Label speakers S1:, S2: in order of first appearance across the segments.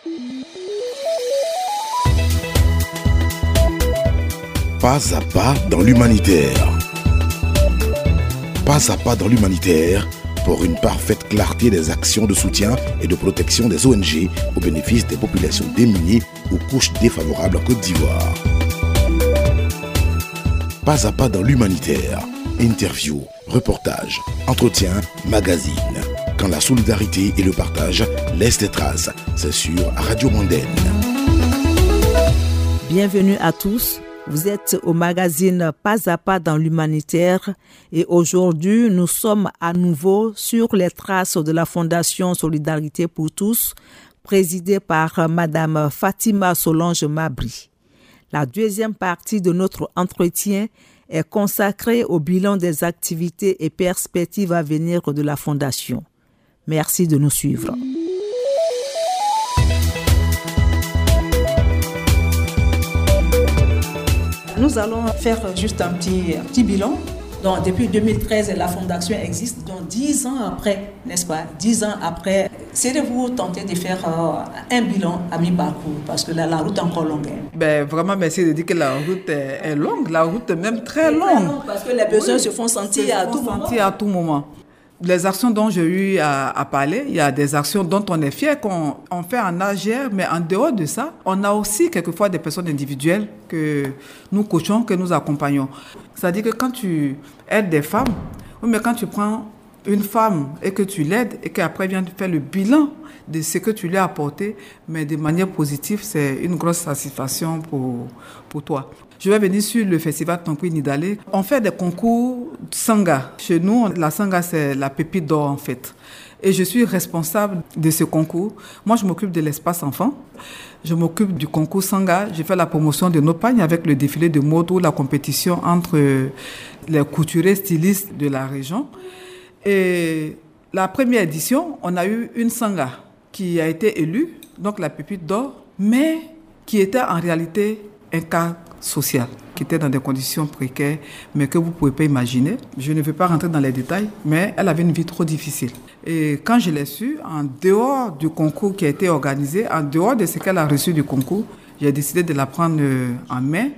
S1: Pas à pas dans l'humanitaire. Pas à pas dans l'humanitaire pour une parfaite clarté des actions de soutien et de protection des ONG au bénéfice des populations démunies ou couches défavorables en Côte d'Ivoire. Pas à pas dans l'humanitaire. Interview, reportage, entretien, magazine. Quand la solidarité et le partage laissent des traces, c'est sur Radio Mondaine.
S2: Bienvenue à tous. Vous êtes au magazine Pas à pas dans l'humanitaire et aujourd'hui, nous sommes à nouveau sur les traces de la Fondation Solidarité pour tous, présidée par Madame Fatima Solange Mabri. La deuxième partie de notre entretien est consacrée au bilan des activités et perspectives à venir de la Fondation. Merci de nous suivre. Nous allons faire juste un petit bilan. Donc, depuis 2013, la Fondation existe. Donc, 10 ans après, n'est-ce pas? 10 ans après, seriez-vous tenté de faire un bilan à mi-parcours? Parce que là, la route est encore longue.
S3: Vraiment, merci de dire que la route est longue. La route est même très longue.
S2: Parce que les besoins se font sentir à tout moment.
S3: Les actions dont j'ai eu à parler, il y a des actions dont on est fier qu'on fait en AGR, mais en dehors de ça, on a aussi quelquefois des personnes individuelles que nous coachons, que nous accompagnons. C'est-à-dire que quand tu aides des femmes, oui, mais quand tu prends une femme et que tu l'aides et qu'après vient de faire le bilan de ce que tu lui as apporté, mais de manière positive, c'est une grosse satisfaction pour toi. Je vais venir sur le festival Tankoui Nidalé. On fait des concours Sanga. Chez nous, la Sanga, c'est la pépite d'or en fait. Et je suis responsable de ce concours. Moi, je m'occupe de l'espace enfant. Je m'occupe du concours Sanga. Je fais la promotion de nos pagnes avec le défilé de mode ou la compétition entre les couturiers stylistes de la région. Et la première édition, on a eu une Sanga qui a été élue, donc la pépite d'or, mais qui était en réalité un cas social, qui était dans des conditions précaires, mais que vous ne pouvez pas imaginer. Je ne vais pas rentrer dans les détails, mais elle avait une vie trop difficile. Et quand je l'ai su, en dehors du concours qui a été organisé, en dehors de ce qu'elle a reçu du concours, j'ai décidé de la prendre en main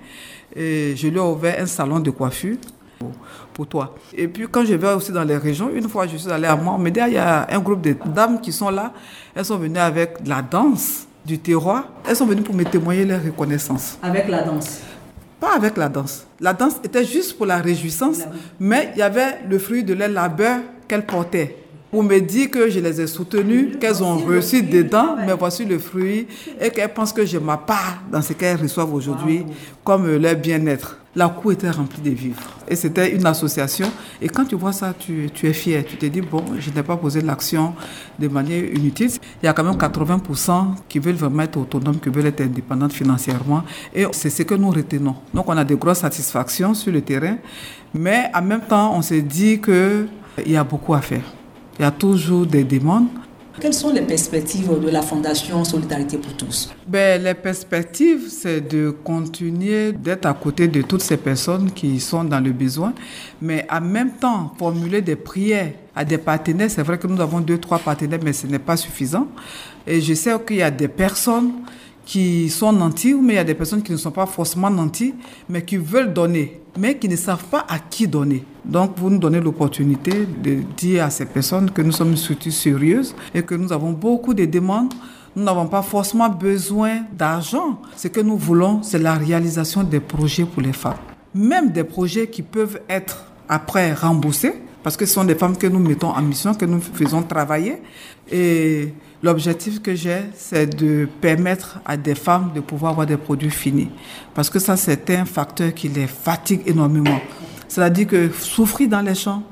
S3: et je lui ai ouvert un salon de coiffure pour toi. Et puis quand je vais aussi dans les régions, une fois je suis allée à moi, on me dit, il y a un groupe de dames qui sont là, elles sont venues avec de la danse du terroir, elles sont venues pour me témoigner leur reconnaissance.
S2: Avec la danse?
S3: Pas avec la danse. La danse était juste pour la réjouissance, mais il y avait le fruit de leur labeur qu'elles portaient. Pour me dire que je les ai soutenues, qu'elles ont reçu dedans, mais voici le fruit, et qu'elles pensent que je ma part dans ce qu'elles reçoivent aujourd'hui, comme leur bien-être. La cour était remplie de vivres. Et c'était une association. Et quand tu vois ça, tu es fier. Tu te dis, bon, je n'ai pas posé l'action de manière inutile. Il y a quand même 80% qui veulent vraiment être autonomes, qui veulent être indépendantes financièrement. Et c'est ce que nous retenons. Donc, on a de grosses satisfactions sur le terrain. Mais en même temps, on s'est dit qu'il y a beaucoup à faire. Il y a toujours des demandes.
S2: Quelles sont les perspectives de la Fondation Solidarité pour tous?
S3: Les perspectives, c'est de continuer d'être à côté de toutes ces personnes qui sont dans le besoin, mais en même temps, formuler des prières à des partenaires. C'est vrai que nous avons 2-3 partenaires, mais ce n'est pas suffisant. Et je sais qu'il y a des personnes qui sont nantis, mais il y a des personnes qui ne sont pas forcément nantis, mais qui veulent donner, mais qui ne savent pas à qui donner. Donc, vous nous donnez l'opportunité de dire à ces personnes que nous sommes une structure sérieuse et que nous avons beaucoup de demandes. Nous n'avons pas forcément besoin d'argent. Ce que nous voulons, c'est la réalisation des projets pour les femmes. Même des projets qui peuvent être après remboursés, parce que ce sont des femmes que nous mettons en mission, que nous faisons travailler. Et l'objectif que j'ai, c'est de permettre à des femmes de pouvoir avoir des produits finis. Parce que ça, c'est un facteur qui les fatigue énormément. C'est-à-dire que souffrir dans les champs,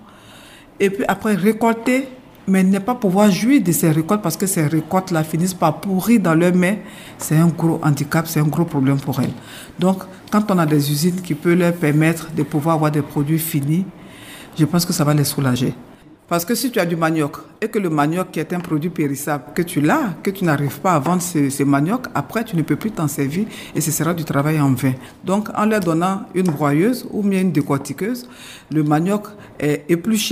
S3: et puis après récolter, mais ne pas pouvoir jouir de ces récoltes parce que ces récoltes-là finissent par pourrir dans leurs mains, c'est un gros handicap, c'est un gros problème pour elles. Donc, quand on a des usines qui peuvent leur permettre de pouvoir avoir des produits finis, je pense que ça va les soulager. Parce que si tu as du manioc et que le manioc qui est un produit périssable, que tu l'as, que tu n'arrives pas à vendre ce manioc, après tu ne peux plus t'en servir et ce sera du travail en vain. Donc en leur donnant une broyeuse ou bien une décortiqueuse, le manioc est épluché,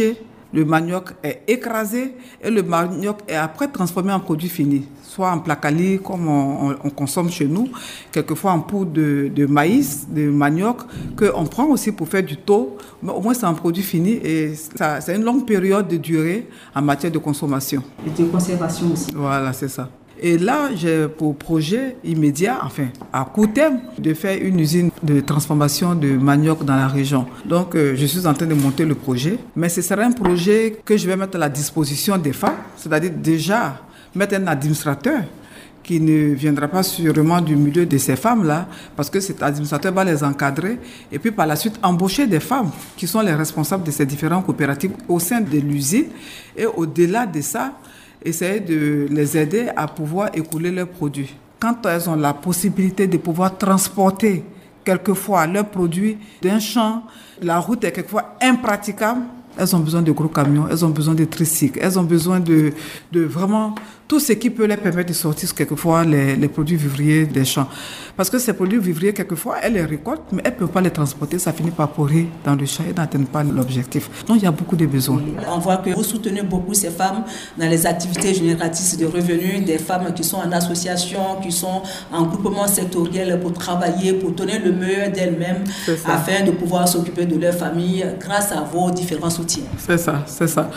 S3: Le manioc est écrasé et le manioc est après transformé en produit fini, soit en placali comme on consomme chez nous, quelquefois en poudre de maïs, de manioc, qu'on prend aussi pour faire du thau, mais au moins c'est un produit fini et ça, c'est une longue période de durée en matière de consommation.
S2: Et de conservation aussi.
S3: Voilà, c'est ça. Et là, j'ai pour projet immédiat, enfin à court terme, de faire une usine de transformation de manioc dans la région. Donc, je suis en train de monter le projet. Mais ce sera un projet que je vais mettre à la disposition des femmes, c'est-à-dire déjà mettre un administrateur qui ne viendra pas sûrement du milieu de ces femmes-là, parce que cet administrateur va les encadrer, et puis par la suite embaucher des femmes qui sont les responsables de ces différentes coopératives au sein de l'usine. Et au-delà de ça, essayer de les aider à pouvoir écouler leurs produits. Quand elles ont la possibilité de pouvoir transporter quelquefois leurs produits d'un champ, la route est quelquefois impraticable, elles ont besoin de gros camions, elles ont besoin de tricycles, elles ont besoin de vraiment tout ce qui peut leur permettre de sortir quelquefois les produits vivriers des champs. Parce que ces produits vivriers, quelquefois, elles les récoltent, mais elles ne peuvent pas les transporter, ça finit par pourrir dans le champ et n'atteignent pas l'objectif. Donc il y a beaucoup de besoins.
S2: On voit que vous soutenez beaucoup ces femmes dans les activités génératrices de revenus, des femmes qui sont en association, qui sont en groupement sectoriel pour travailler, pour donner le meilleur d'elles-mêmes, afin de pouvoir s'occuper de leur famille grâce à vos différents soutiens.
S3: C'est ça, c'est ça.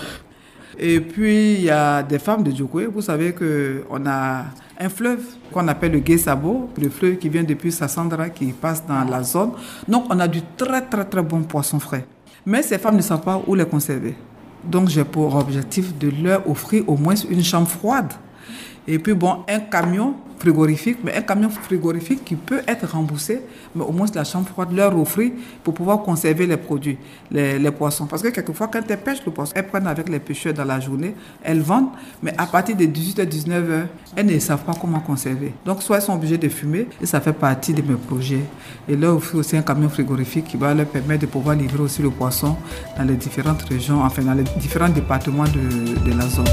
S3: Et puis, il y a des femmes de Djokwe. Vous savez qu'on a un fleuve qu'on appelle le Gué-Sabo, le fleuve qui vient depuis Sassandra, qui passe dans la zone. Donc, on a du très, très, très bon poisson frais. Mais ces femmes ne savent pas où les conserver. Donc, j'ai pour objectif de leur offrir au moins une chambre froide. Et puis, bon, un camion frigorifique, mais un camion frigorifique qui peut être remboursé, mais au moins la chambre froide leur offrir pour pouvoir conserver les produits, les poissons. Parce que quelquefois, quand elles pêchent le poisson, elles prennent avec les pêcheurs dans la journée, elles vendent, mais à partir de 18h, 19h, elles ne savent pas comment conserver. Donc, soit elles sont obligées de fumer, et ça fait partie de mes projets. Et leur offrir aussi un camion frigorifique qui va leur permettre de pouvoir livrer aussi le poisson dans les différentes régions, enfin dans les différents départements de la zone.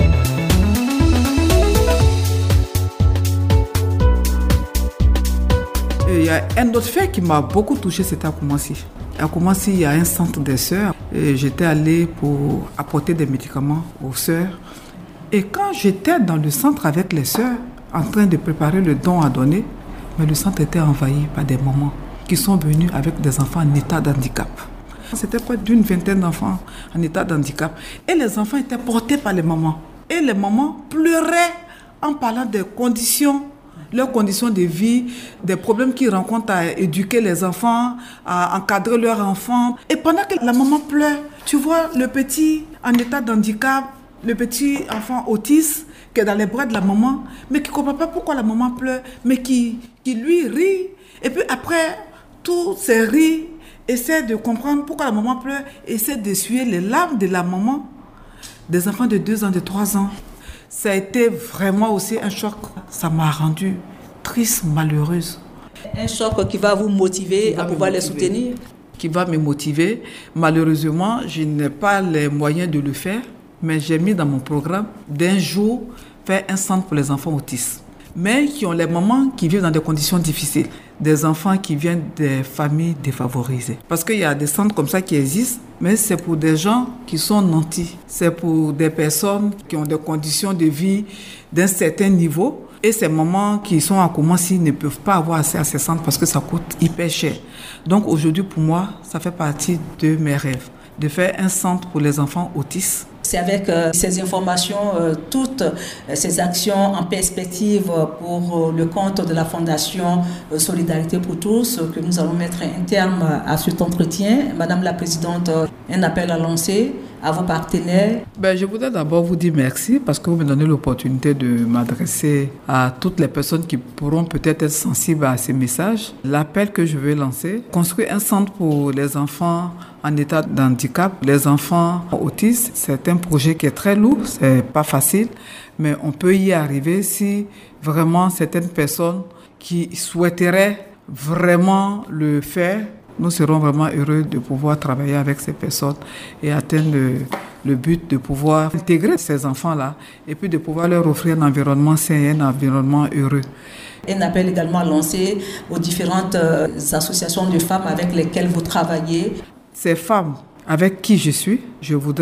S3: Il y a un autre fait qui m'a beaucoup touché, c'était à Koumassi. À Koumassi, il y a un centre des sœurs. Et j'étais allée pour apporter des médicaments aux sœurs. Et quand j'étais dans le centre avec les sœurs, en train de préparer le don à donner, mais le centre était envahi par des mamans qui sont venues avec des enfants en état d'handicap. C'était près d'une vingtaine d'enfants en état d'handicap. Et les enfants étaient portés par les mamans. Et les mamans pleuraient en parlant des conditions, leurs conditions de vie, des problèmes qu'ils rencontrent à éduquer les enfants, à encadrer leurs enfants. Et pendant que la maman pleure, tu vois le petit en état d'handicap, le petit enfant autiste qui est dans les bras de la maman, mais qui ne comprend pas pourquoi la maman pleure, mais qui lui rit. Et puis après, tous ces rires essaient de comprendre pourquoi la maman pleure, essaient d'essuyer les larmes de la maman, des enfants de 2 ans, de 3 ans. Ça a été vraiment aussi un choc. Ça m'a rendue triste, malheureuse.
S2: Un choc qui va vous motiver à pouvoir les soutenir?
S3: Qui va me motiver. Malheureusement, je n'ai pas les moyens de le faire, mais j'ai mis dans mon programme d'un jour faire un centre pour les enfants autistes. Mais qui ont les mamans qui vivent dans des conditions difficiles. Des enfants qui viennent des familles défavorisées. Parce qu'il y a des centres comme ça qui existent, mais c'est pour des gens qui sont nantis. C'est pour des personnes qui ont des conditions de vie d'un certain niveau. Et ces mamans qui sont à Koumassi ne peuvent pas avoir accès à ces centres parce que ça coûte hyper cher. Donc aujourd'hui, pour moi, ça fait partie de mes rêves. De faire un centre pour les enfants autistes.
S2: C'est avec ces informations, toutes ces actions en perspective pour le compte de la Fondation Solidarité pour tous que nous allons mettre un terme à cet entretien. Madame la Présidente, un appel à lancer à vos partenaires.
S3: Je voudrais d'abord vous dire merci parce que vous me donnez l'opportunité de m'adresser à toutes les personnes qui pourront peut-être être sensibles à ces messages. L'appel que je veux lancer, construire un centre pour les enfants en état d'handicap, les enfants autistes, c'est un projet qui est très lourd, c'est pas facile, mais on peut y arriver si vraiment certaines personnes qui souhaiteraient vraiment le faire. Nous serons vraiment heureux de pouvoir travailler avec ces personnes et atteindre le but de pouvoir intégrer ces enfants-là et puis de pouvoir leur offrir un environnement sain et un environnement heureux.
S2: Un appel également lancé aux différentes associations de femmes avec lesquelles vous travaillez.
S3: Ces femmes avec qui je suis, je voudrais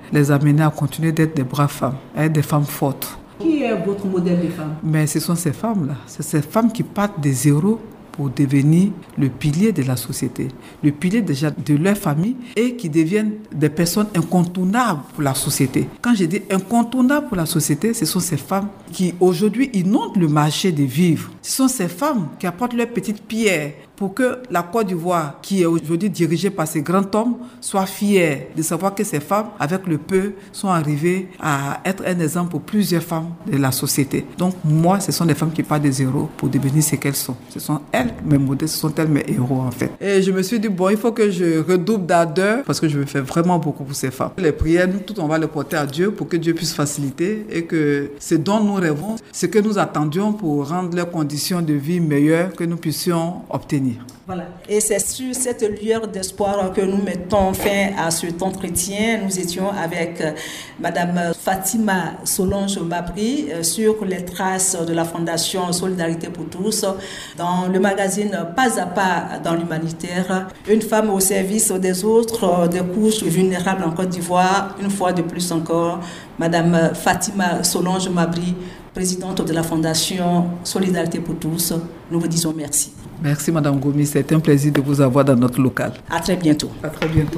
S3: les amener à continuer d'être des braves femmes, à être des femmes fortes.
S2: Qui est votre modèle de femme?
S3: Mais ce sont ces femmes-là, c'est ces femmes qui partent de zéro pour devenir le pilier de la société, le pilier déjà de leur famille et qui deviennent des personnes incontournables pour la société. Quand je dis incontournables pour la société, ce sont ces femmes qui aujourd'hui inondent le marché de vivre. Ce sont ces femmes qui apportent leurs petites pierres pour que la Côte d'Ivoire, qui est aujourd'hui dirigée par ces grands hommes, soit fière de savoir que ces femmes, avec le peu, sont arrivées à être un exemple pour plusieurs femmes de la société. Donc moi, ce sont des femmes qui partent de zéro pour devenir ce qu'elles sont. Ce sont elles, mes modèles, ce sont elles mes héros en fait. Et je me suis dit, bon, il faut que je redouble d'ardeur parce que je veux faire vraiment beaucoup pour ces femmes. Les prières, nous tous, on va les porter à Dieu pour que Dieu puisse faciliter et que ce dont nous rêvons, ce que nous attendions pour rendre leurs conditions de vie meilleures, que nous puissions obtenir.
S2: Voilà. Et c'est sur cette lueur d'espoir que nous mettons fin à cet entretien. Nous étions avec Madame Fatima Solange Mabry sur les traces de la Fondation Solidarité pour tous dans le magazine Pas à Pas dans l'humanitaire. Une femme au service des autres, des couches vulnérables en Côte d'Ivoire. Une fois de plus encore, Madame Fatima Solange Mabry, présidente de la Fondation Solidarité pour tous. Nous vous disons merci.
S3: Merci Madame Gomis, c'est un plaisir de vous avoir dans notre local.
S2: À très bientôt.
S3: À très bientôt.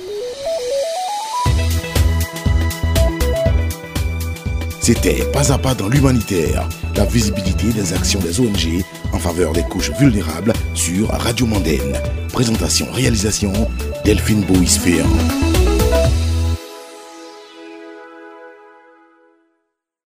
S1: C'était Pas à Pas dans l'humanitaire, la visibilité des actions des ONG en faveur des couches vulnérables sur Radio Mondaine. Présentation, réalisation, Delphine Bois-Féan.